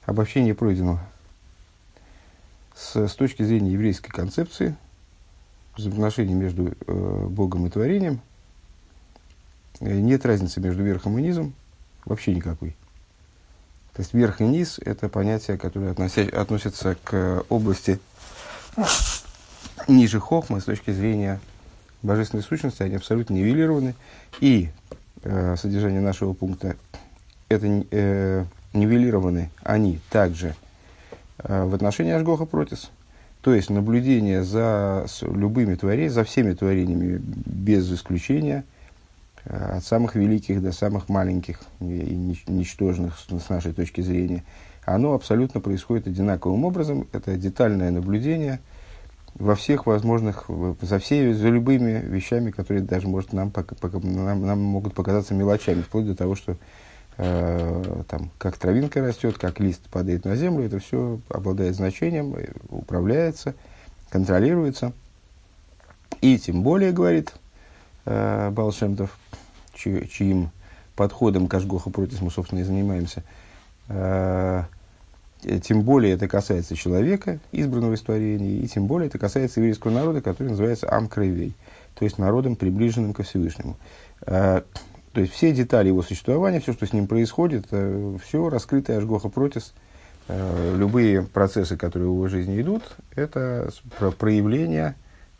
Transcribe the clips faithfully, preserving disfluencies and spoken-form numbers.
обобщение пройденного. С, с точки зрения еврейской концепции, взаимоотношений между э, Богом и творением, э, нет разницы между верхом и низом, вообще никакой. То есть верх и низ – это понятия, которые относя, относятся к области ниже хохмы с точки зрения божественной сущности, они абсолютно нивелированы. И э, содержание нашего пункта – это э, нивелированы они также э, в отношении Ашгоха Протис. То есть наблюдение за любыми творениями, за всеми творениями без исключения, э, от самых великих до самых маленьких и ничтожных с, с нашей точки зрения, оно абсолютно происходит одинаковым образом. Это детальное наблюдение во всех возможных, за всеми, за любыми вещами, которые даже, может, нам, пока, пока, нам, нам могут показаться мелочами, вплоть до того, что э, там, как травинка растет, как лист падает на землю, это все обладает значением, управляется, контролируется. И тем более, говорит э, Баал Шем Тов, чь, чьим подходом к Ашгоха Протис мы, собственно, и занимаемся, э, тем более это касается человека, избранного из творения, и тем более это касается еврейского народа, который называется Ам Кровей, то есть народом, приближенным ко Всевышнему. То есть все детали его существования, все, что с ним происходит, все раскрытое Ашгоха Протис, любые процессы, которые в его жизни идут, это проявление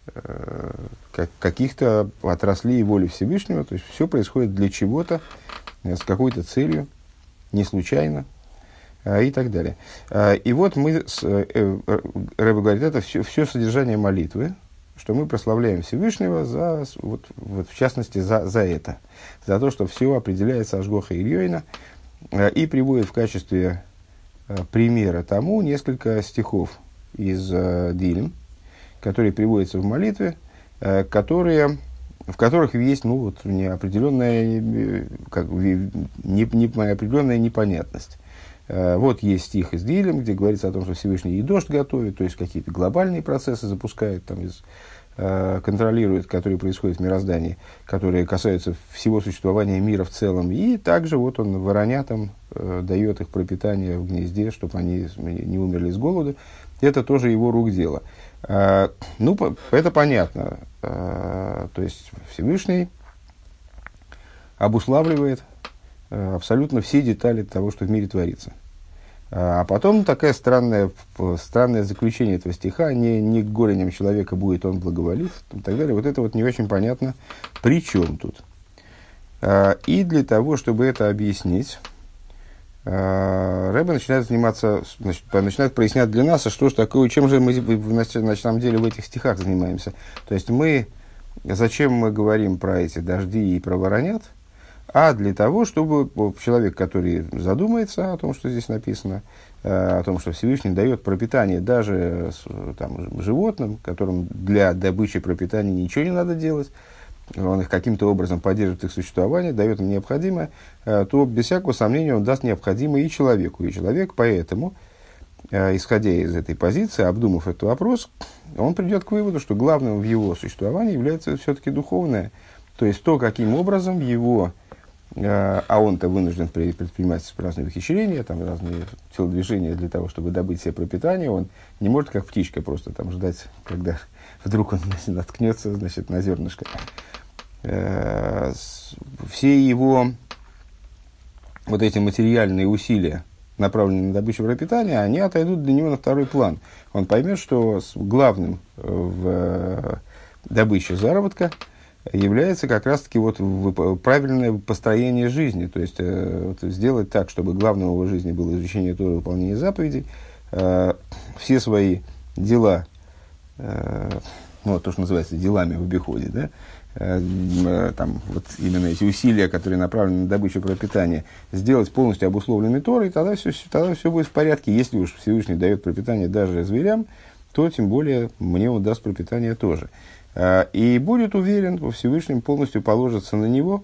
каких-то отраслей воли Всевышнего, то есть все происходит для чего-то, с какой-то целью, не случайно. И так далее. И вот мы, с, э, Рэбе говорит, это все, все содержание молитвы, что мы прославляем Всевышнего, за, вот, вот, в частности, за, за это. За то, что все определяется Ашгоха Ильёйна, и приводит в качестве примера тому несколько стихов из э, Дилем, которые приводятся в молитве, э, которые, в которых есть ну, вот, неопределенная, как, не, неопределенная непонятность. Вот есть стих из Дилем, где говорится о том, что Всевышний и дождь готовит, то есть какие-то глобальные процессы запускает, там, из, э, контролирует, которые происходят в мироздании, которые касаются всего существования мира в целом. И также вот он воронятам э, дает их пропитание в гнезде, чтобы они не умерли с голоду. Это тоже его рук дело. Э, ну, по, это понятно. Э, то есть Всевышний обуславливает абсолютно все детали того, что в мире творится. А потом такое странное, странное заключение этого стиха: не, не горенем человека будет он благоволит, и так далее. Вот это вот не очень понятно, при чем тут. И для того, чтобы это объяснить, Рэбе начинает заниматься, значит, начинает прояснять для нас, а что же такое, чем же мы на самом деле в этих стихах занимаемся. То есть мы, зачем мы говорим про эти дожди и про воронят, а для того, чтобы человек, который задумается о том, что здесь написано, о том, что Всевышний дает пропитание даже там, животным, которым для добычи пропитания ничего не надо делать, он их каким-то образом поддерживает их существование, дает им необходимое, то без всякого сомнения он даст необходимое и человеку. И человек поэтому, исходя из этой позиции, обдумав этот вопрос, он придет к выводу, что главным в его существовании является все-таки духовное. То есть то, каким образом его... А он-то вынужден предпринимать разные ухищрения, там, разные телодвижения для того, чтобы добыть себе пропитание. Он не может, как птичка, просто там, ждать, когда вдруг он наткнется, значит, на зернышко. Все его вот эти материальные усилия, направленные на добычу пропитания, они отойдут для него на второй план. Он поймет, что главным в добыче заработка является как раз-таки вот правильное построение жизни, то есть э, вот сделать так, чтобы главным в его жизни было изучение Торы, выполнение заповедей, э, все свои дела, э, ну, то, что называется делами в обиходе, да, э, э, там, вот именно эти усилия, которые направлены на добычу пропитания, сделать полностью обусловленной Торой, тогда все, тогда все будет в порядке. Если уж Всевышний дает пропитание даже зверям, то тем более мне он даст пропитание тоже. И будет уверен во Всевышнем, полностью положится на него,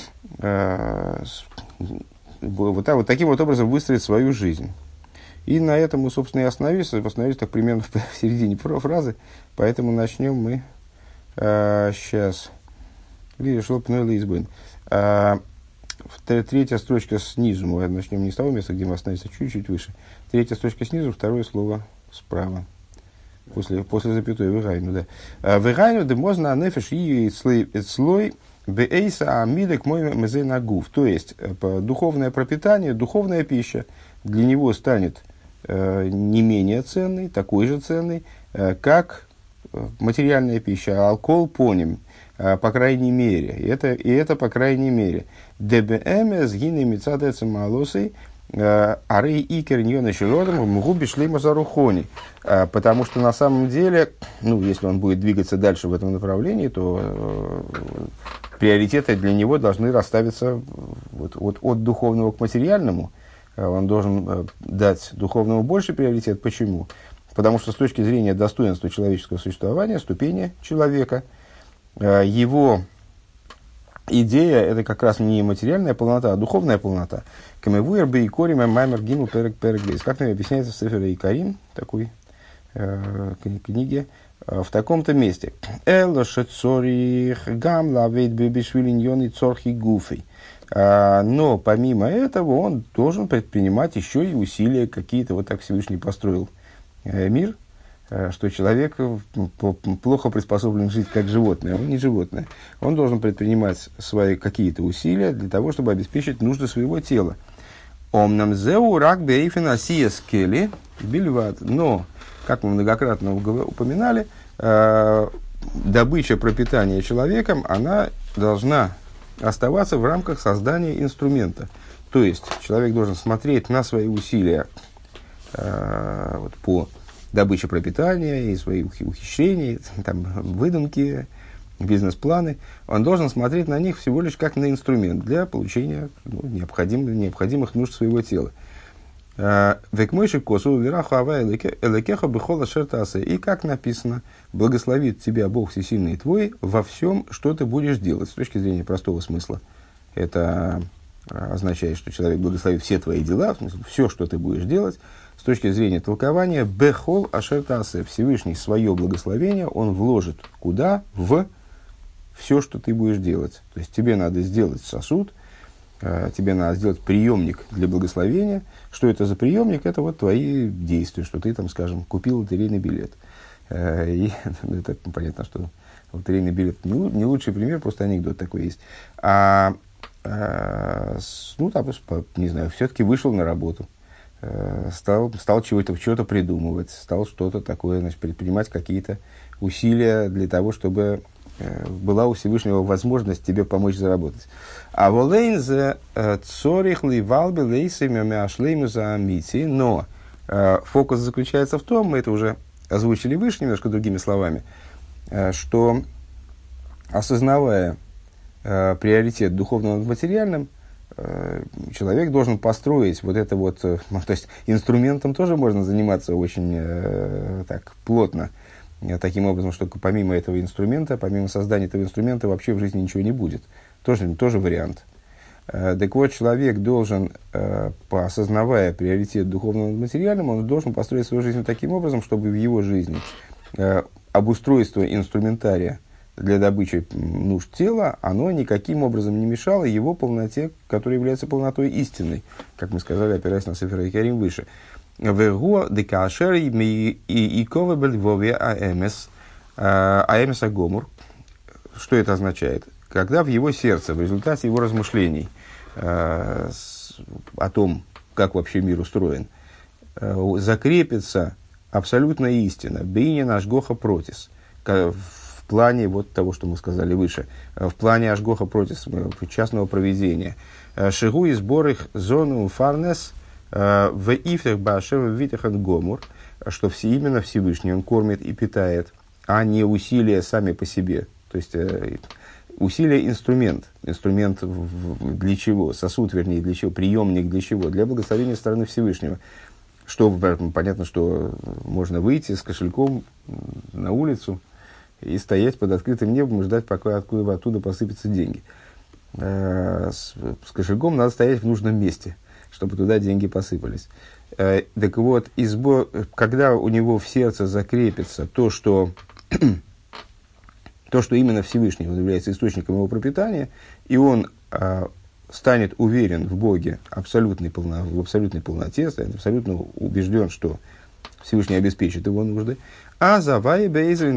вот, так, вот таким вот образом выстроить свою жизнь. И на этом мы, собственно, и остановились, остановились так примерно в, в середине фразы, поэтому начнем мы а, сейчас. третья строчка снизу, мы начнем не с того места, где мы остановимся, чуть-чуть выше. Третья строчка снизу, второе слово справа. После, после запятой, вегайну, да. Вегайну де можно анефеш и слой бейса амидек мой мезей нагув. То есть, духовное пропитание, духовная пища для него станет э, не менее ценной, такой же ценной, э, как материальная пища. Алкоголь поним, э, по крайней мере. И это, и это по крайней мере. ДБМ с гиной мецадецем малосой арей икер ньона широдом мгуби шлейма зарухони. Потому что на самом деле, ну, если он будет двигаться дальше в этом направлении, то э, приоритеты для него должны расставиться вот, от, от духовного к материальному. Он должен э, дать духовному больше приоритет. Почему? Потому что с точки зрения достоинства человеческого существования, ступени человека, э, его идея – это как раз не материальная полнота, а духовная полнота. Камевуэр бейкорим маймер гиму перек перек бейс. Как нам объясняется в Сефере Икарим, такой э, книге, э, в таком-то месте. Эло шецорих гам лавейт бебишвилиньоны цорхи гуфей. Но помимо этого он должен предпринимать еще и усилия какие-то. Вот так Всевышний построил э, мир, что человек плохо приспособлен жить как животное. Он не животное. Он должен предпринимать свои какие-то усилия для того, чтобы обеспечить нужды своего тела. Омнам зеу рак бейфина сиескели бильват. Но, как мы многократно упоминали, добыча пропитания человеком, она должна оставаться в рамках создания инструмента. То есть, человек должен смотреть на свои усилия вот, по добыча пропитания и свои ухищрения, там, выдумки, бизнес-планы, он должен смотреть на них всего лишь как на инструмент для получения ну, необходимых, необходимых нужд своего тела. И как написано, благословит тебя Бог Всесильный твой во всем, что ты будешь делать. С точки зрения простого смысла. Это означает, что человек благословит все твои дела, в смысле, все, что ты будешь делать. С точки зрения толкования, бехол ашертасе, Всевышний свое благословение, он вложит куда? В все, что ты будешь делать. То есть тебе надо сделать сосуд, э, тебе надо сделать приемник для благословения. Что это за приемник? Это вот твои действия, что ты там, скажем, купил лотерейный билет. Э, и это понятно, что лотерейный билет не, не лучший пример, просто анекдот такой есть. А, э, ну, там, не знаю, все-таки вышел на работу. Стал, стал чего-то, чего-то придумывать, стал что-то такое, значит, предпринимать какие-то усилия для того, чтобы э, была у Всевышнего возможность тебе помочь заработать. А волейн за цорих ливалби лейсами мяшлейму за амити. Но э, фокус заключается в том, мы это уже озвучили выше, немножко другими словами, э, что осознавая э, приоритет духовного над материальным, человек должен построить вот это вот, то есть инструментом тоже можно заниматься очень э, так плотно, таким образом, что помимо этого инструмента, помимо создания этого инструмента вообще в жизни ничего не будет. Тоже, тоже вариант. Э, так вот, человек должен, э, осознавая приоритет духовного над материальным, он должен построить свою жизнь таким образом, чтобы в его жизни э, обустройство инструментария для добычи нужд тела, оно никаким образом не мешало его полноте, которая является полнотой истинной, как мы сказали, опираясь на Сефер Икарим выше. Вего декашер и икове бельвове аэмес аэмес агомур. Что это означает? Когда в его сердце, в результате его размышлений э, с, о том, как вообще мир устроен, э, закрепится абсолютная истина, бейни наш гоха протис, в плане вот того, что мы сказали выше, в плане ашгоха протис, частного проведения. Шигу и сбор их зону фарнес в ифтах башев витахан гомур, что все, именно Всевышний он кормит и питает, а не усилия сами по себе. То есть усилия инструмент. Инструмент для чего? Сосуд, вернее, для чего? Приемник для чего? Для благословения стороны Всевышнего. Что, понятно, что можно выйти с кошельком на улицу и стоять под открытым небом и ждать, пока откуда, оттуда посыпятся деньги. С, с кошельком надо стоять в нужном месте, чтобы туда деньги посыпались. Так вот, избо, когда у него в сердце закрепится то, что, то, что именно Всевышний он является источником его пропитания, и он станет уверен в Боге абсолютной полно, в абсолютной полноте, станет абсолютно убежден, что Всевышний обеспечит его нужды, а завай бейзрей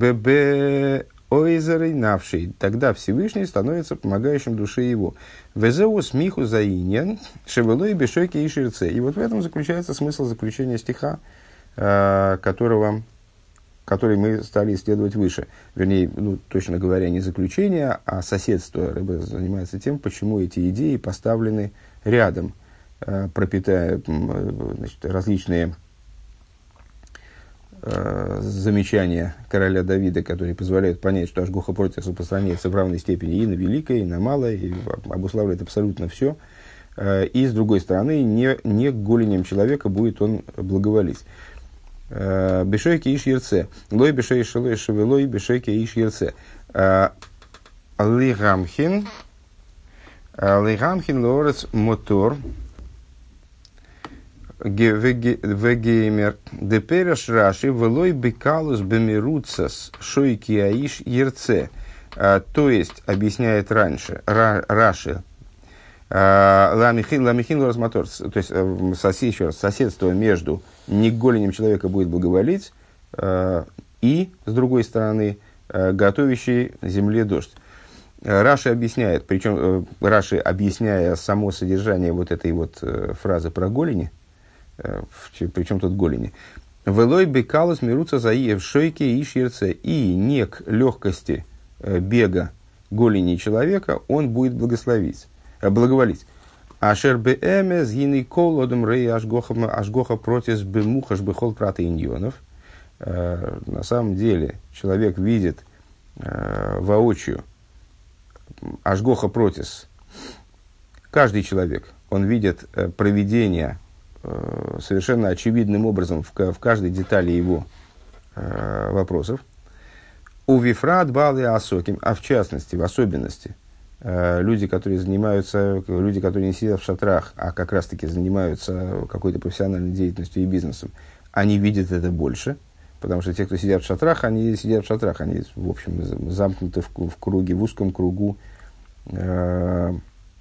навший, тогда Всевышний становится помогающим душе его. Везеу смиху заинен, шевелой бешойки и ширце. И вот в этом заключается смысл заключения стиха, которого, который мы стали исследовать выше. Вернее, ну, точно говоря, не заключение, а соседство. Рэбе занимается тем, почему эти идеи поставлены рядом, пропитая, значит, различные замечания короля Давида, которые позволяют понять, что Ашгоха протис распространяется в равной степени и на великое, и на малое, и обуславливает абсолютно все. И, с другой стороны, не, не голенем человека будет он благоволить. Бешойки иш ерце. Лой бешой шелой шевелой бешойки иш ерце. Лигамхин. Лигамхин лорец мотор. Вегеймер. Депереш раши. Велой бекалус бемируцас. Шойки аиш ерце. То есть, объясняет раньше, Раши, Ламихин лоразмотор, то есть сосед, еще раз, соседство между не голенем человека будет благоволить и, с другой стороны, готовящий земле дождь. Раши объясняет, причем Раши, объясняя само содержание вот этой вот фразы про голени, причем тут голени, «Велой бекалус мирутся заиев шойке и ширце», и не к легкости бега голени человека он будет благословить. Благоволить. Ашер беэме згины колодом рей ашгоха протис бемухаш бехол праты иньонов. На самом деле человек видит воочию ашгоха протис. Каждый человек, он видит проведение совершенно очевидным образом в, в каждой детали его вопросов. У вифрат балы асоким, а в частности, в особенности, люди, которые занимаются, люди, которые не сидят в шатрах, а как раз-таки занимаются какой-то профессиональной деятельностью и бизнесом, они видят это больше, потому что те, кто сидят в шатрах, они сидят в шатрах, они, в общем, замкнуты в, в круге, в узком кругу, э,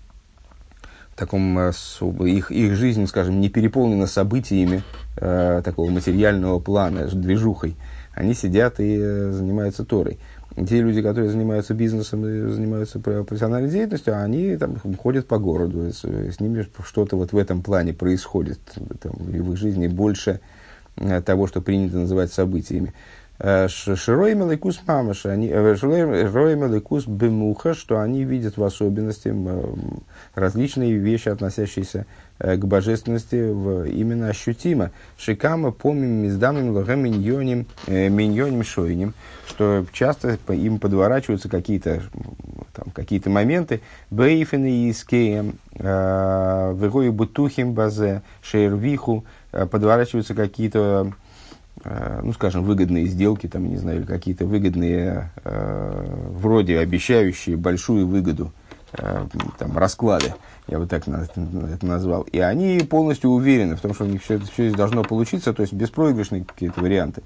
таком, их, их жизнь, скажем, не переполнена событиями э, такого материального плана, движухой. Они сидят и э, занимаются Торой. Те люди, которые занимаются бизнесом и занимаются профессиональной деятельностью, они там ходят по городу, с, с ними что-то вот в этом плане происходит, там, в их жизни больше э, того, что принято называть событиями. Широй меликус мамаш, они широй меликус бемуха, что они видят в особенности различные вещи, относящиеся к божественности, в, именно ощутимо. Шикама помим миздамим логем миньоним миньоним шойним, что часто им подворачиваются какие-то там, какие-то моменты. Бейфены искеем вегою бутухим базе шейрвиху, подворачиваются какие-то, ну, скажем, выгодные сделки, там, не знаю, какие-то выгодные, э, вроде обещающие большую выгоду, э, там, расклады, я бы так это назвал. И они полностью уверены в том, что у них все, все должно получиться, то есть беспроигрышные какие-то варианты.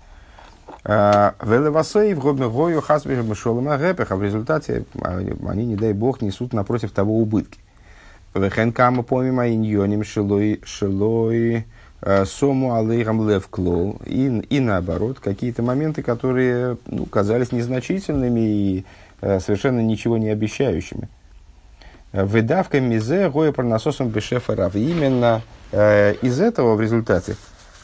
А в результате они, не дай бог, несут напротив того убытки. Помимо иньоним шилой шилой Сому алейхам левклоу, и, и наоборот, какие-то моменты, которые, ну, казались незначительными и э, совершенно ничего не обещающими. Выдавка мизе гоя парнасосом бешефарав. Именно э, из этого в результате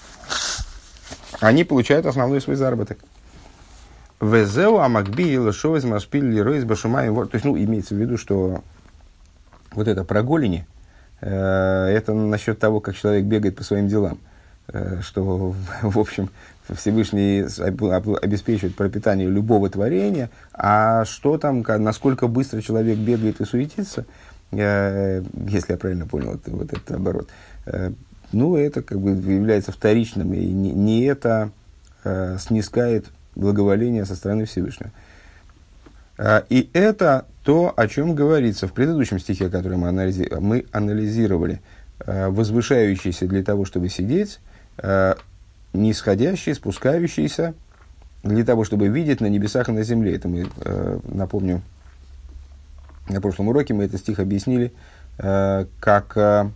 они получают основной свой заработок. Везеу амакби лошовез машпиль лиройз башумаем. То есть, ну, имеется в виду, что вот это про голени, это насчет того, как человек бегает по своим делам, что, в общем, Всевышний обеспечивает пропитание любого творения, а что там, насколько быстро человек бегает и суетится, если я правильно понял это, вот этот оборот, ну, это как бы является вторичным, и не, не это снискает благоволение со стороны Всевышнего. И это то, о чем говорится в предыдущем стихе, который мы, анализи- мы анализировали, возвышающийся для того, чтобы сидеть, нисходящий, спускающийся для того, чтобы видеть на небесах и на земле. Это мы, напомню, на прошлом уроке мы этот стих объяснили как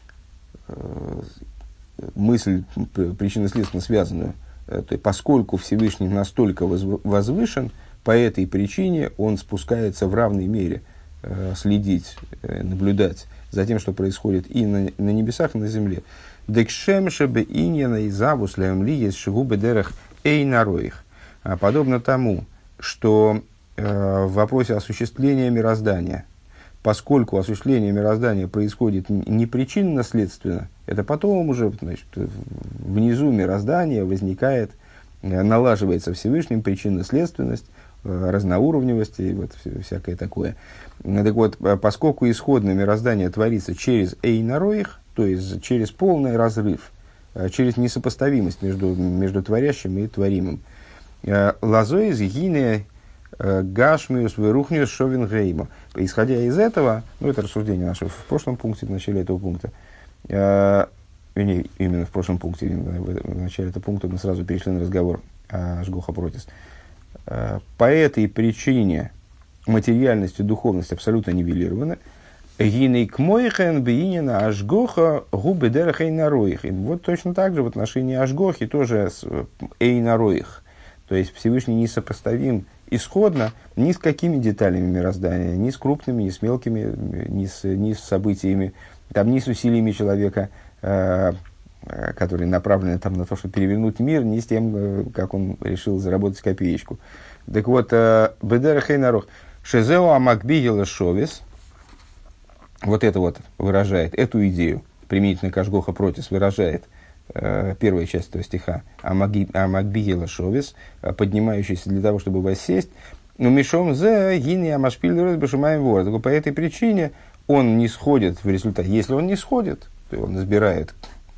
мысль причинно-следственно связанную. То есть, поскольку Всевышний настолько возвышен, по этой причине он спускается в равной мере следить, наблюдать за тем, что происходит и на, на небесах, и на земле. Декшем шебе иньяна и завус лямли есть шигубе дерах эй нароих. Подобно тому, что э, в вопросе осуществления мироздания, поскольку осуществление мироздания происходит не причинно-следственно, это потом уже, значит, внизу мироздания возникает, налаживается Всевышним причинно-следственность, разноуровневость и вот всякое такое. Так вот, поскольку исходное мироздание творится через эйнароих, то есть через полный разрыв, через несопоставимость между, между творящим и творимым, лазоиз гине гашмиус верухниус шовин геймо. Исходя из этого, ну это рассуждение наше в прошлом пункте, в начале этого пункта, э, именно в прошлом пункте, в начале этого пункта мы сразу перешли на разговор о Ашгоха Протис. Э, по этой причине материальность и духовность абсолютно нивелированы. Гиней кмойхен бейнина Ашгоха губы дерах эйнароих. Вот точно так же в отношении Ашгохи тоже с эйнароих. То есть Всевышний несопоставим исходно ни с какими деталями мироздания, ни с крупными, ни с мелкими, ни с, ни с событиями, там, ни с усилиями человека, э, которые направлены там, на то, чтобы перевернуть мир, ни с тем, э, как он решил заработать копеечку. Так вот, Бедер Хейнарох, Шезео Амакбигела Шовис, вот это вот выражает, эту идею, применительно к Ашгоха Протис, выражает первая часть этого стиха, Амакбигела Шовис, поднимающийся для того, чтобы воссесть, но мишом зе гини амашпиль разбешумаем вор. По этой причине он не сходит в результате. Если он не сходит, то он избирает,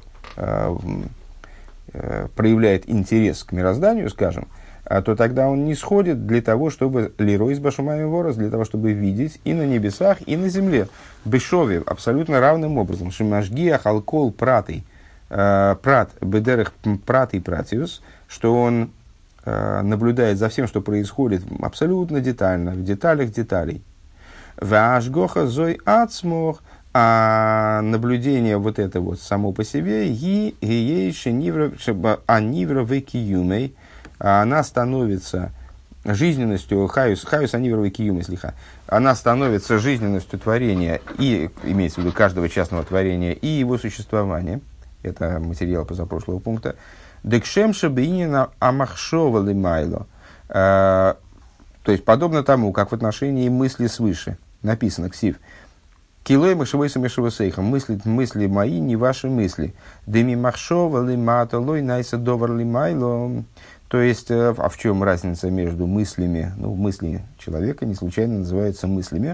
проявляет интерес к мирозданию, скажем, то тогда он не сходит для того, чтобы лирой с башумаем ворос, для того, чтобы видеть и на небесах, и на земле. Бешове абсолютно равным образом. Шимашгия халкол пратый. Прат, бедерах прат и пратиус, что он э, наблюдает за всем, что происходит абсолютно детально, в деталях деталей. Вашгоха зой ацмох, а наблюдение вот это вот само по себе, ги гиейши анивра векиюмей, она становится жизненностью, хаюс, хаюс анивра векиюмей, слиха, она становится жизненностью творения, и имеется в виду каждого частного творения, и его существования. Это материал позапрошлого пункта. Декшемша бейнина амахшова лимайло. То есть, подобно тому, как в отношении мысли свыше. Написано, ксив. Килой мышевойса мышевосейхам. Мысли, мысли мои, не ваши мысли. Деми махшова лимато лой найса довар лимайло. То есть, а в чем разница между мыслями? Ну, мысли человека не случайно называются мыслями.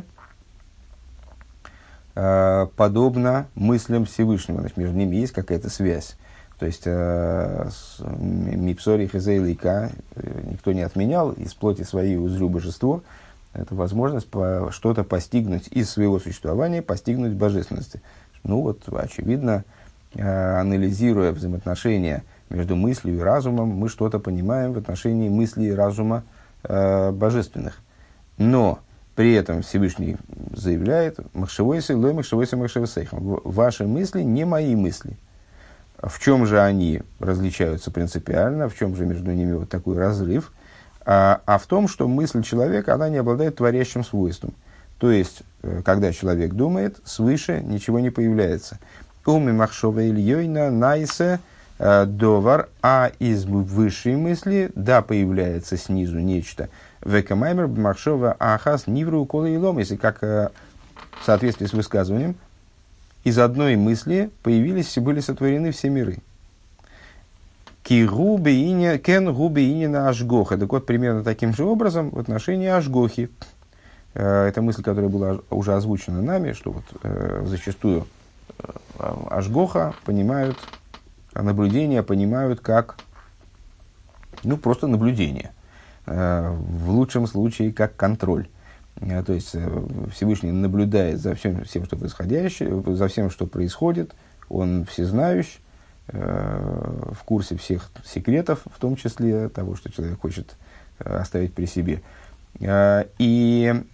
Подобно мыслям Всевышнего. Значит, между ними есть какая-то связь. То есть, мипсори хизейлика никто не отменял, из плоти своей узрю божество. Это возможность по, что-то постигнуть из своего существования, постигнуть божественности. Ну вот, очевидно, анализируя взаимоотношения между мыслью и разумом, мы что-то понимаем в отношении мысли и разума э, божественных. Но при этом Всевышний заявляет, «Махшевойся, лой махшевойся махшевосейхам». Ваши мысли не мои мысли. В чем же они различаются принципиально, в чем же между ними вот такой разрыв? А, а в том, что мысль человека, она не обладает творящим свойством. То есть, когда человек думает, свыше ничего не появляется. «Уми махшова ильёйна найсе довар», а из высшей мысли, да, появляется снизу нечто. Векамаймер бмахшова ахас нивру кола и лом. Если как в соответствии с высказыванием, из одной мысли появились и были сотворены все миры. Ки губииня, кен губиинина ашгоха. Так вот, примерно таким же образом в отношении ашгохи. Это мысль, которая была уже озвучена нами, что вот зачастую ашгоха понимают, наблюдение понимают как, ну, просто наблюдение. В лучшем случае, как контроль. То есть, Всевышний наблюдает за всем, всем, что происходящее, за всем, что происходит. Он всезнающий, в курсе всех секретов, в том числе того, что человек хочет оставить при себе. И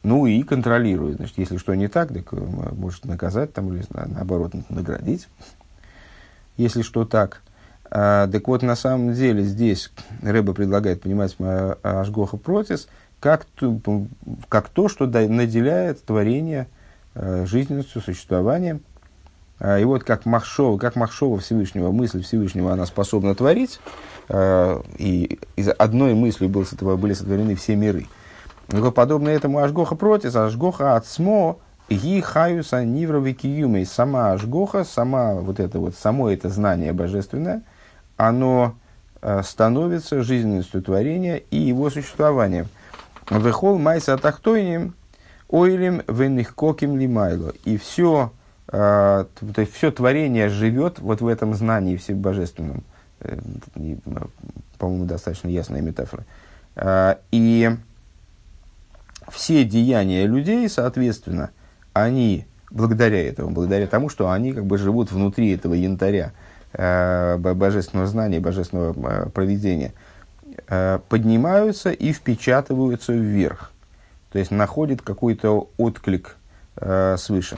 ну и контролирует. Значит, если что не так, так может наказать там, или наоборот наградить, если что так. А, так вот, на самом деле, здесь Ребе предлагает понимать ашгоха протис как то, как то, что наделяет творение жизненностью, существованием. А, и вот как махшова, как махшова Всевышнего, мысль Всевышнего, она способна творить, а, и из одной мысли был, были сотворены все миры. Подобно этому ашгоха протис, ашгоха ацмо, ги хаюса ниврови киюмей. Сама ашгоха, сама вот это вот, само это знание божественное, оно э, становится жизненностью творения и его существованием. Вехол майса тахтойним ойлим венихкоким лимайло. И все, э, то есть все творение живет вот в этом знании всебожественном. Э, по-моему, достаточно ясная метафора. Э, и все деяния людей, соответственно, они, благодаря этому, благодаря тому, что они как бы живут внутри этого янтаря э, божественного знания, божественного э, провидения, э, поднимаются и впечатываются вверх. То есть находят какой-то отклик э, свыше.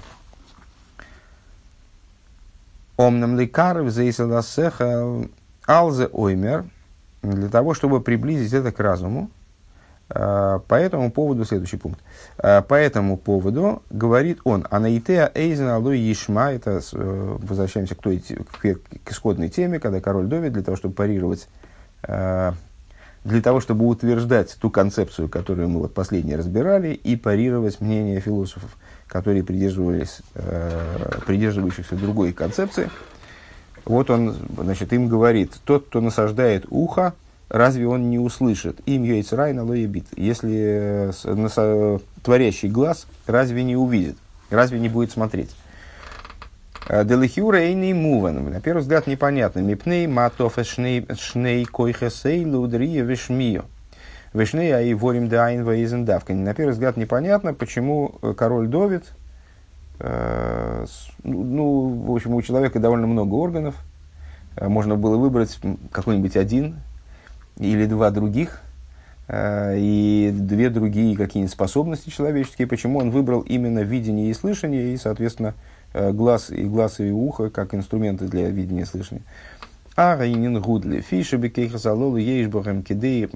Омнам лекаров зейсаласеха алзе оймер. Для того, чтобы приблизить это к разуму, по этому поводу, следующий пункт, по этому поводу говорит он, анаитеа эйзен алой ешма, это возвращаемся к, той, к, к исходной теме, когда король Довид, для того, чтобы парировать, для того, чтобы утверждать ту концепцию, которую мы вот последнее разбирали, и парировать мнение философов, которые придерживались, придерживающихся другой концепции. Вот он, значит, им говорит, тот, кто насаждает ухо, разве он не услышит? Им яйцерайна лоебит. Если э, творящий глаз разве не увидит? Разве не будет смотреть? Делихюра и муван. На первый взгляд непонятно. Мипней матоф шней койхесей лудрия вешмио. Вешней аи ворим даин ваизендавка. На первый взгляд непонятно, почему король Довид, э, ну, в общем, у человека довольно много органов. Можно было выбрать какой-нибудь один или два других, э, и две другие какие-нибудь способности человеческие, почему он выбрал именно видение и слышание, и, соответственно, э, глаз, и глаз и ухо как инструменты для видения и слышания. А раинин гудли фиши бекейхасалолу ейшбохем кидей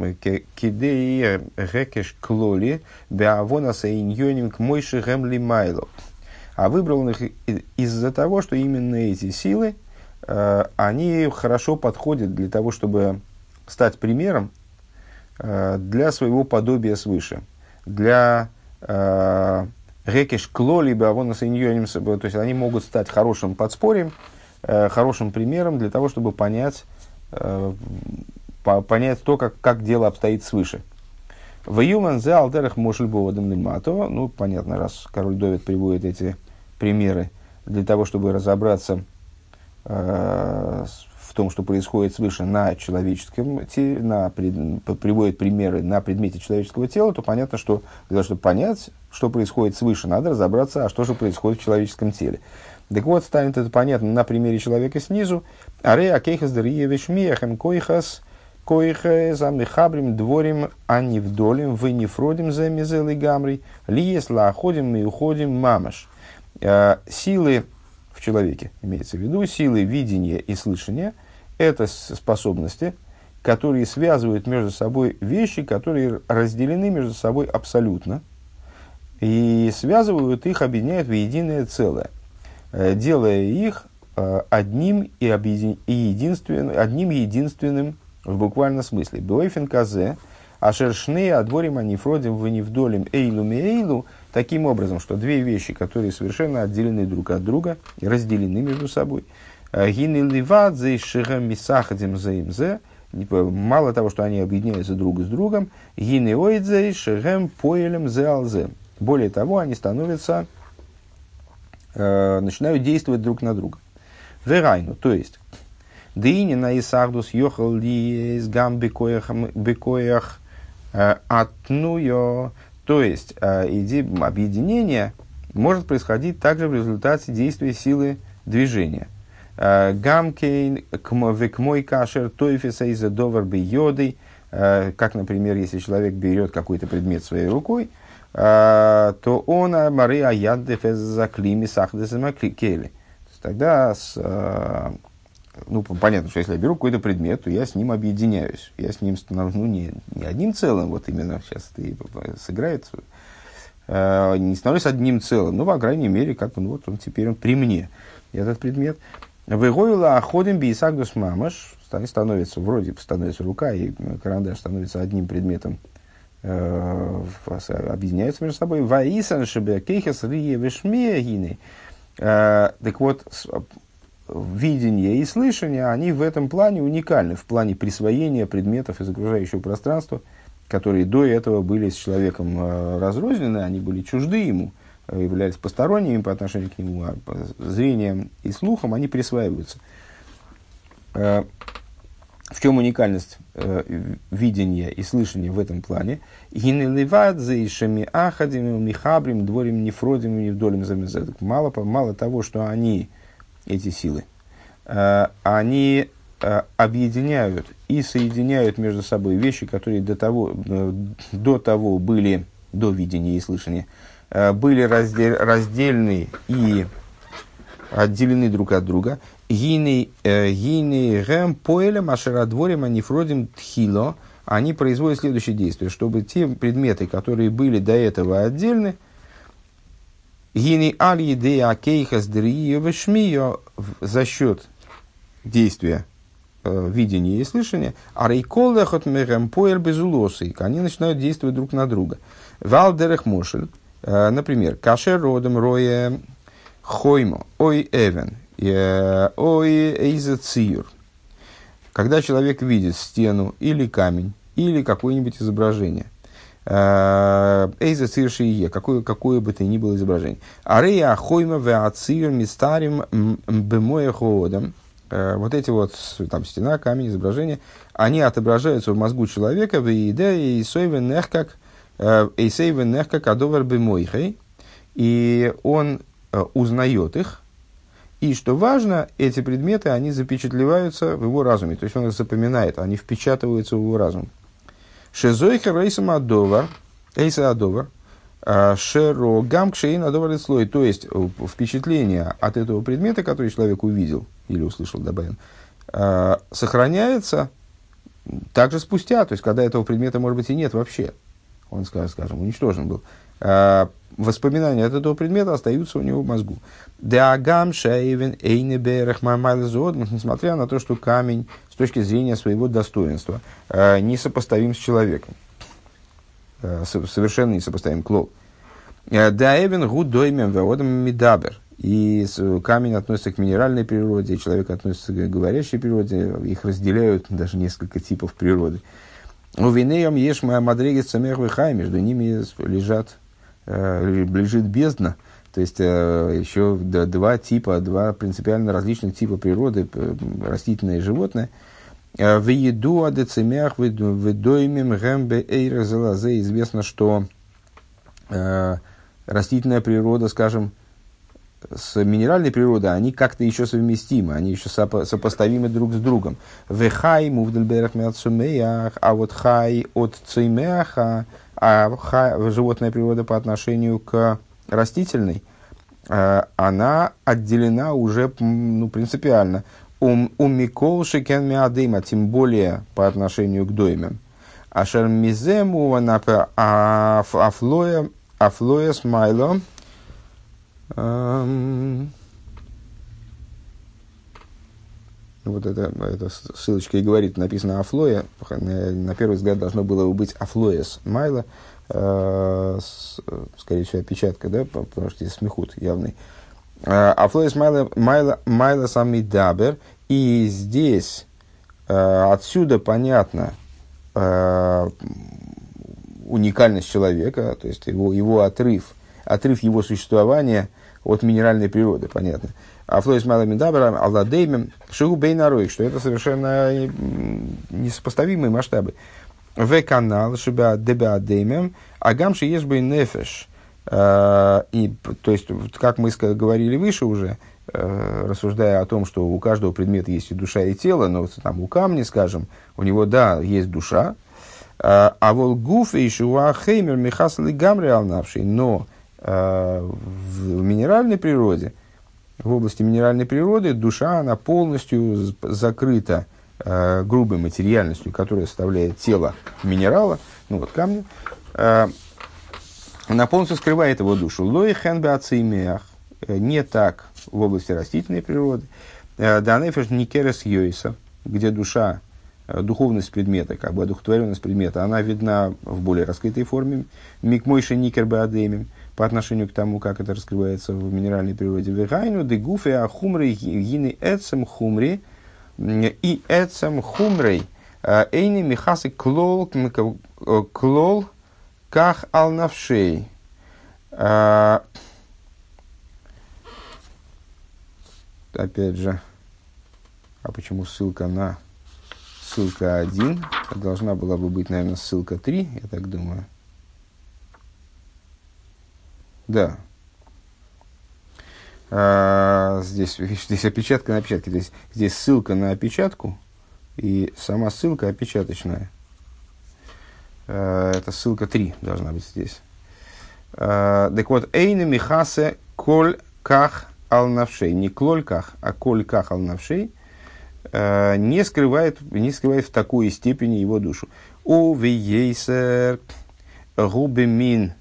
рекеш клоли беавона сейньоним к мойши гемли майло. А выбрал он их из-за того, что именно эти силы, э, они хорошо подходят для того, чтобы стать примером э, для своего подобия свыше, для рекеш клоли беавона сейньоним, то есть они могут стать хорошим подспорьем, э, хорошим примером для того, чтобы понять, э, по, понять то, как, как дело обстоит свыше. В юман зе алдерах мошельбоводом лимато, ну понятно, раз король Довид приводит эти примеры для того, чтобы разобраться э, в том, что происходит свыше на человеческом теле, на, приводит примеры на предмете человеческого тела, то понятно, что для того, чтобы понять, что происходит свыше, надо разобраться, а что же происходит в человеческом теле. Так вот, станет это понятно на примере человека снизу. Аре акейхас дриевиш миахем койхас койхас амихабрим дворим анивдолим вынифродим за мизелый гамрий лиес лаходим и уходим мамаш. Силы в человеке, имеется в виду, силы видения и слышания, это способности, которые связывают между собой вещи, которые разделены между собой абсолютно, и связывают их, объединяют в единое целое, делая их одним и, объедин... и единственным, одним единственным в буквальном смысле. Беойфен казе, ашершны адворим анифродим вынивдолим эйлу меэйлу, таким образом, что две вещи, которые совершенно отделены друг от друга и разделены между собой, мало того, что они объединяются друг с другом, более того, они становятся, э, начинают действовать друг на друга. Верайну, то есть, дыинина и сардус йохал ли с гам бекоях атнуё. То есть, идея объединения может происходить также в результате действия силы движения. Гамкейн векмой кашер тойфиса из довар бейодой. Как, например, если человек берет какой-то предмет своей рукой, то он Мария Яддеф за клими сахдесамакели. Тогда, с, ну, понятно, что если я беру какой-то предмет, то я с ним объединяюсь. Я с ним становлюсь, ну, не, не одним целым, вот именно сейчас это сыграет, не становлюсь одним целым, но, по крайней мере, как бы, ну, вот он теперь он при мне, этот предмет. Выгоила охотим бисагдус мамаш, становится, вроде становится рука, и карандаш становится одним предметом, э, объединяются между собой. Ваисан шебе кейхас рие вешмеягины. Так вот, видение и слышание, они в этом плане уникальны, в плане присвоения предметов из окружающего пространства, которые до этого были с человеком э, разрознены, они были чужды ему, являлись посторонними по отношению к нему, а зрением и слухом они присваиваются. Э, в чем уникальность э, видения и слышания в этом плане? Мало, мало того, что они, эти силы, э, они э, объединяют и соединяют между собой вещи, которые до того, э, до того были, до видения и слышания, были раздел, раздельны и отделены друг от друга. Гины гэм поэлем ашерадворим анифродим тхило. Они производят следующее действие, чтобы те предметы, которые были до этого отдельны, гины аль еде акейхас дриеве шмио, за счет действия э, видения и слышания, арейколехот мэгэм поэль безулосы, они начинают действовать друг на друга. Валдерех мошель. Например, кашер родом роя хоймо, ой эвен, ой эйзациюр. Когда человек видит стену или камень, или какое-нибудь изображение, эйзациюр шие, какое, какое бы то ни было изображение. Арея хоймо веациюр мистарим бемоя хоодом. Вот эти вот, там, стена, камень, изображения, они отображаются в мозгу человека, в идее и сойвен нехкак, и он узнает их, и, что важно, эти предметы, они запечатлеваются в его разуме, то есть он их запоминает, они впечатываются в его разум. Шезойха рейсам адовар, эйса адовар, шеро гам кшейн адовар слой, то есть впечатление от этого предмета, который человек увидел или услышал, добавим, сохраняется также спустя, то есть когда этого предмета, может быть, и нет вообще. Он, скажем, уничтожен был. Воспоминания от этого предмета остаются у него в мозгу. Несмотря на то, что камень с точки зрения своего достоинства несопоставим с человеком. Совершенно несопоставим. Клол. И камень относится к минеральной природе, человек относится к говорящей природе. Их разделяют даже несколько типов природы. У винеям ешь моя мадригес самех вихай, между ними лежат, э, лежит бездна, то есть э, еще два типа, два принципиально различных типа природы, растительное и животное. В еду адецемях выдоймем гэмбе эйрах залазе. Известно, что э, растительная природа, скажем, с минеральной природой, они как-то еще совместимы, они еще сопо- сопоставимы друг с другом. Вехай мувдельберах мяцумеях, а вот хай от цеймеаха, а хай, животная природа по отношению к растительной, э, она отделена уже, ну, принципиально. Ум микол шекен миадыма, тем более по отношению к доймям. Ашер мизему ванапе афлоя афлоя смайло. Um, вот это, эта ссылочка и говорит, написано Афлоя, на, на первый взгляд должно было бы быть Афлоес Майла, э, с, скорее всего, опечатка, да, потому что здесь смехут явный. Афлоес Майла, Майла, Майла сами Дабер, и здесь э, отсюда понятно э, уникальность человека, то есть его, его отрыв, отрыв его существования от минеральной природы, понятно. А флоис малами дабра, алладеймем, шигу бейнароик, что это совершенно несопоставимые масштабы. В канал, шиба дебеадеймем, агамши ешбей нефеш. И, то есть, как мы говорили выше уже, рассуждая о том, что у каждого предмета есть и душа, и тело, но вот там у камня, скажем, у него, да, есть душа, А волгуф и шуа хеймер михасли гамри алнавший. Но в минеральной природе, в области минеральной природы, душа, она полностью закрыта грубой материальностью, которая составляет тело минерала, ну вот камня, она полностью скрывает его душу. Лой хэн беацимеах. Не так в области растительной природы. Данефеш никерес йойса, где душа, духовность предмета, как бы одухотворенность предмета, она видна в более раскрытой форме. Микмойши никер беадемим, по отношению к тому, как это раскрывается в минеральной природе. Вегайну дегуфе ахумрей гины эцем хумри и эцем хумрей эйни михасы клол клол ках алнавшей. Опять же, а почему ссылка на ссылка один? Должна была бы быть, наверное, ссылка три, я так думаю. Да. А, здесь, здесь опечатка на опечатке. Здесь, здесь ссылка на опечатку, и сама ссылка опечаточная. А, это ссылка три должна быть здесь. А, так вот, эйна михасе коль ках алнавшей, не клольках, а кольках алнавшей, э, не скрывает, не скрывает в такой степени его душу. У вейсер губемин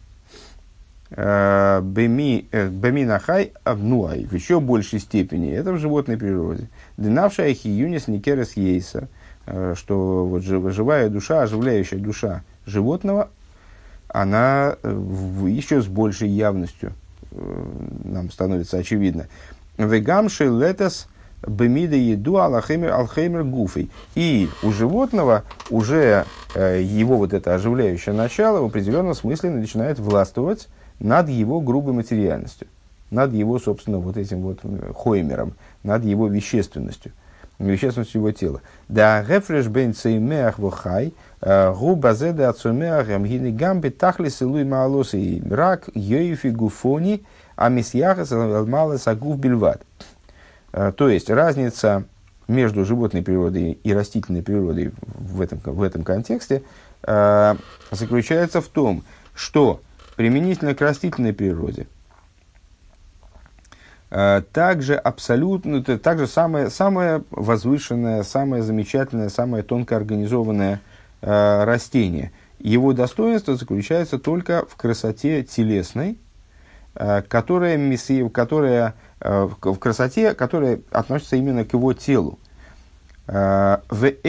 бемин ахай, ну а в еще большей степени это в животной природе. Динавшая хиюнис никерес ейса, что вот живая душа, оживляющая душа животного, она еще с большей явностью нам становится очевидно. Вегамши летес бемида еду алхеймер алхеймер гуфей. И у животного уже э, его вот это оживляющее начало в определенном смысле начинает властвовать над его грубой материальностью, над его, собственно, вот этим вот хоймером, над его вещественностью, вещественностью его тела. Да гефреш бен цеймеах вохай губазеде ацумеах ямгини гамби тахли силуй маалосы и рак йоифи гуфони амисьяхас алмалас агуф бельват. То есть разница между животной природой и растительной природой в этом, в этом контексте э, заключается в том, что применительно к растительной природе э, также абсолютно, также самое, самое возвышенное, самое замечательное, самое тонко организованное э, растение. Его достоинство заключается только в красоте телесной, э, которая, которая в красоте, которая относится именно к его телу. А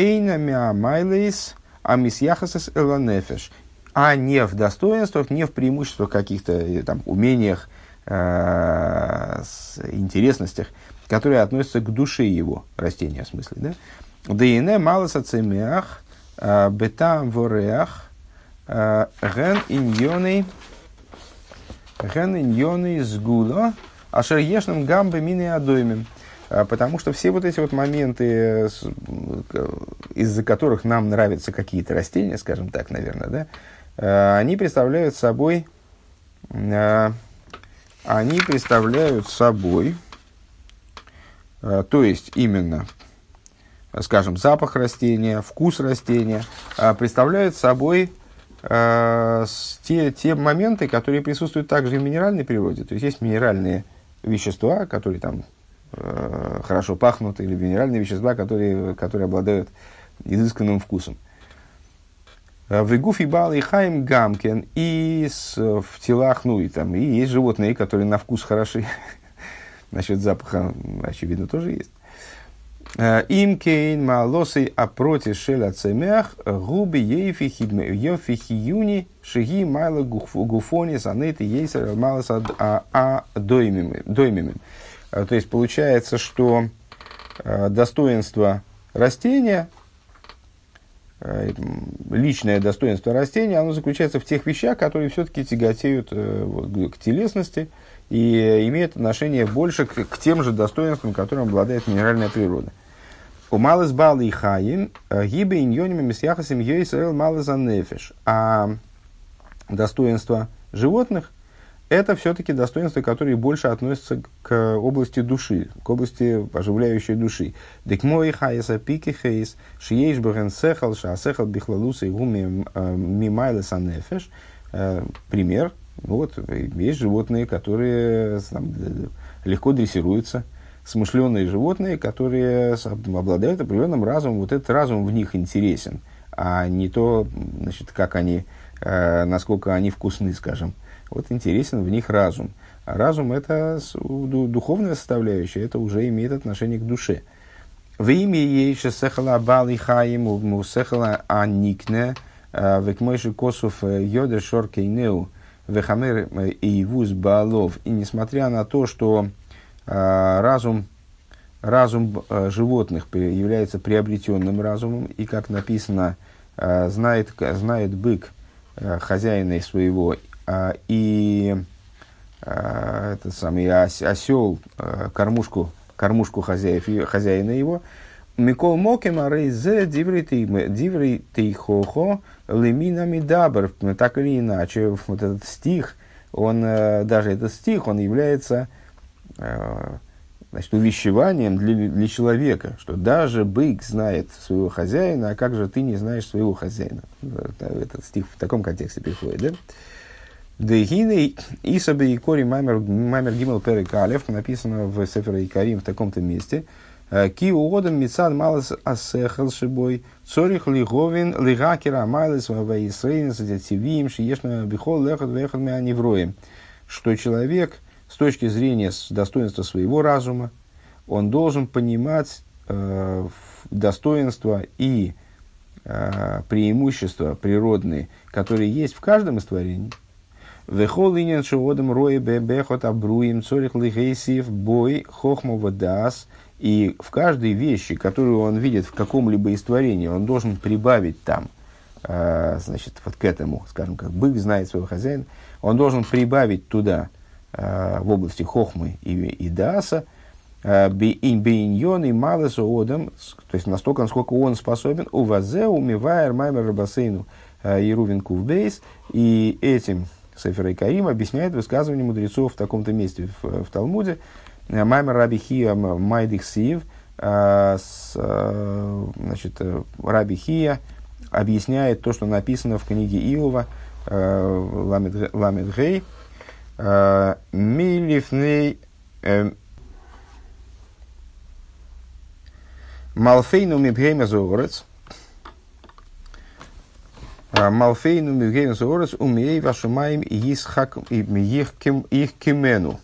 не в достоинствах, не в преимуществах каких-то там умениях, э, интересностях, которые относятся к душе его растения, в смысле, да? Дейне малоса цемеах бетам вореах ген иньоный ген иньоный сгула ашерьешным гамбе мины адоймим. Потому что все вот эти вот моменты, из-за которых нам нравятся какие-то растения, скажем так, наверное, да, они представляют собой, они представляют собой, то есть именно, скажем, запах растения, вкус растения, представляют собой те, те моменты, которые присутствуют также и в минеральной природе. То есть есть минеральные вещества, которые там э, хорошо пахнут, или минеральные вещества, которые, которые обладают изысканным вкусом. В игуфи бал и хайм гамкен, и с, в телах, ну и там, и есть животные, которые на вкус хороши. Насчет запаха, очевидно, тоже есть. Им кейн малосей апроти шеля цемях губи ейфи хиюни шиги майла гуфони санейты ейсер малос доймимим. То есть получается, что достоинство растения, личное достоинство растения, оно заключается в тех вещах, которые все-таки тяготеют вот, к телесности и имеют отношение больше к, к тем же достоинствам, которым обладает минеральная природа. У малыс бал и хаим гибе иньоними месьяхасим йойсрел малыс аннефеш. А достоинства животных, это все-таки достоинства, которые больше относятся к области души, к области оживляющей души. Дек мой хайса пики хейс, шиеш бген сехал, ша сехал бихлалуса и гуми мимайлес анефеш. Пример. Вот, есть животные, которые там, легко дрессируются, смышленые животные, которые обладают определенным разумом. Вот этот разум в них интересен, а не то, значит, как они, насколько они вкусны, скажем. Вот интересен в них разум. А разум – это духовная составляющая, это уже имеет отношение к душе. В имя ей шесехала бали хаим мусехала аникне векмойши косов йоде шоркейнеу вехамер иевуз баалов. И несмотря на то, что разум, разум животных является приобретенным разумом, и, как написано, знает, знает бык хозяина своего, и а, этот самый ос, осел а, кормушку, кормушку хозяев, хозяина его. Микол мокем арейзе диврей тейхохо леминами дабр. Так или иначе, вот этот стих, он, даже этот стих, он является, значит, увещеванием для, для человека, что даже бык знает своего хозяина, а как же ты не знаешь своего хозяина? Этот стих в таком контексте приходит, да? Дегины Исабе и Кори Маймер Гимел Перек Алеф, написано в Сефер Икарим в таком-то месте. Ки уодам мицад малас асехал шибой, цорих лиговин лигакера майлес ваисрейн садятивиим шиешна бихол лехат вехат меаневроем. Что человек, с точки зрения достоинства своего разума, он должен понимать э, достоинства и э, преимущества природные, которые есть в каждом из творений. Вехол инен шоодам рои бебехот абруим цорих лихейсив бой хохмова дас. И в каждой вещи, которую он видит в каком-либо из творений, он должен прибавить там, э, значит, вот к этому, скажем, как бык знает своего хозяина, он должен прибавить туда, э, в области хохмы и, и дааса, бейньон и малесу одам, то есть настолько, насколько он способен, у вазе умиваер маймер рабасейну ерувин кувбейс, и этим Сефер Икарим объясняет высказывание мудрецов в таком-то месте в, в Талмуде. Маймер Раби Хия Майдих Сиев, значит, Раби Хия объясняет то, что написано в книге Иова, Ламед Гей, Милифней Малфейну Мибгейма Зорец, Малфейну Мибгейма Зорец, умей вашумаем Исхак их кимену.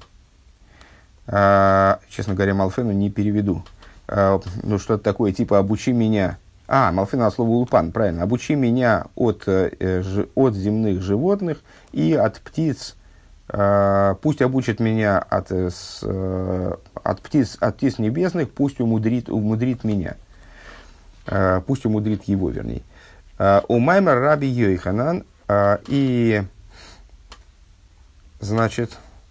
Честно говоря, Малфейну не переведу. Ну, что-то такое, типа «обучи меня». А, Малфейну от слова «улпан», правильно. «Обучи меня от, от земных животных и от птиц». Пусть обучит меня от, от, птиц, от птиц небесных, пусть умудрит, умудрит меня. Пусть умудрит его, вернее. У Маймер Раби Йоханан, и, значит,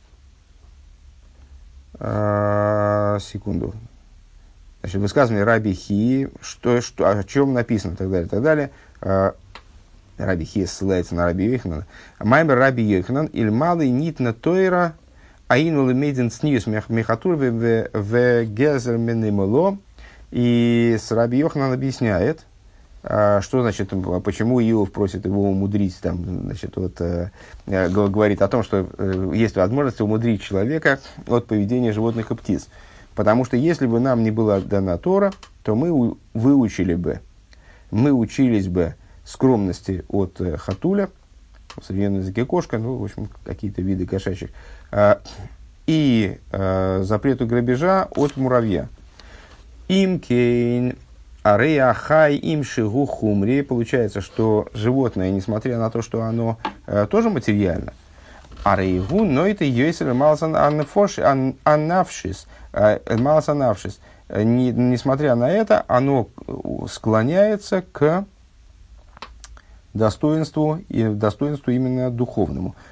секунду. Значит, высказывание Раби Хии, что, что, о чем написано, и так далее, и так далее. Раби Хия ссылается на Раби Йоханана. Маймер Раби Йоханан, иль малый нитна тойра, аину лемейден снис мехатур в гезер менемело. И с Раби Йоханан объясняет, что значит, почему Иов просит его умудрить, там, значит, вот, говорит о том, что есть возможность умудрить человека от поведения животных и птиц. Потому что если бы нам не была дана Тора, то мы выучили бы, мы учились бы скромности от хатуля, в современном языке кошка, ну, в общем, какие-то виды кошачьих, и запрету грабежа от муравья. Им кейн арея хай им шигу хумри. Получается, что животное, несмотря на то, что оно э, тоже материально, арейгу, но это йойсер малсан анавшис, малсан анавшис. Несмотря на это, оно склоняется к достоинству, и достоинству именно духовному.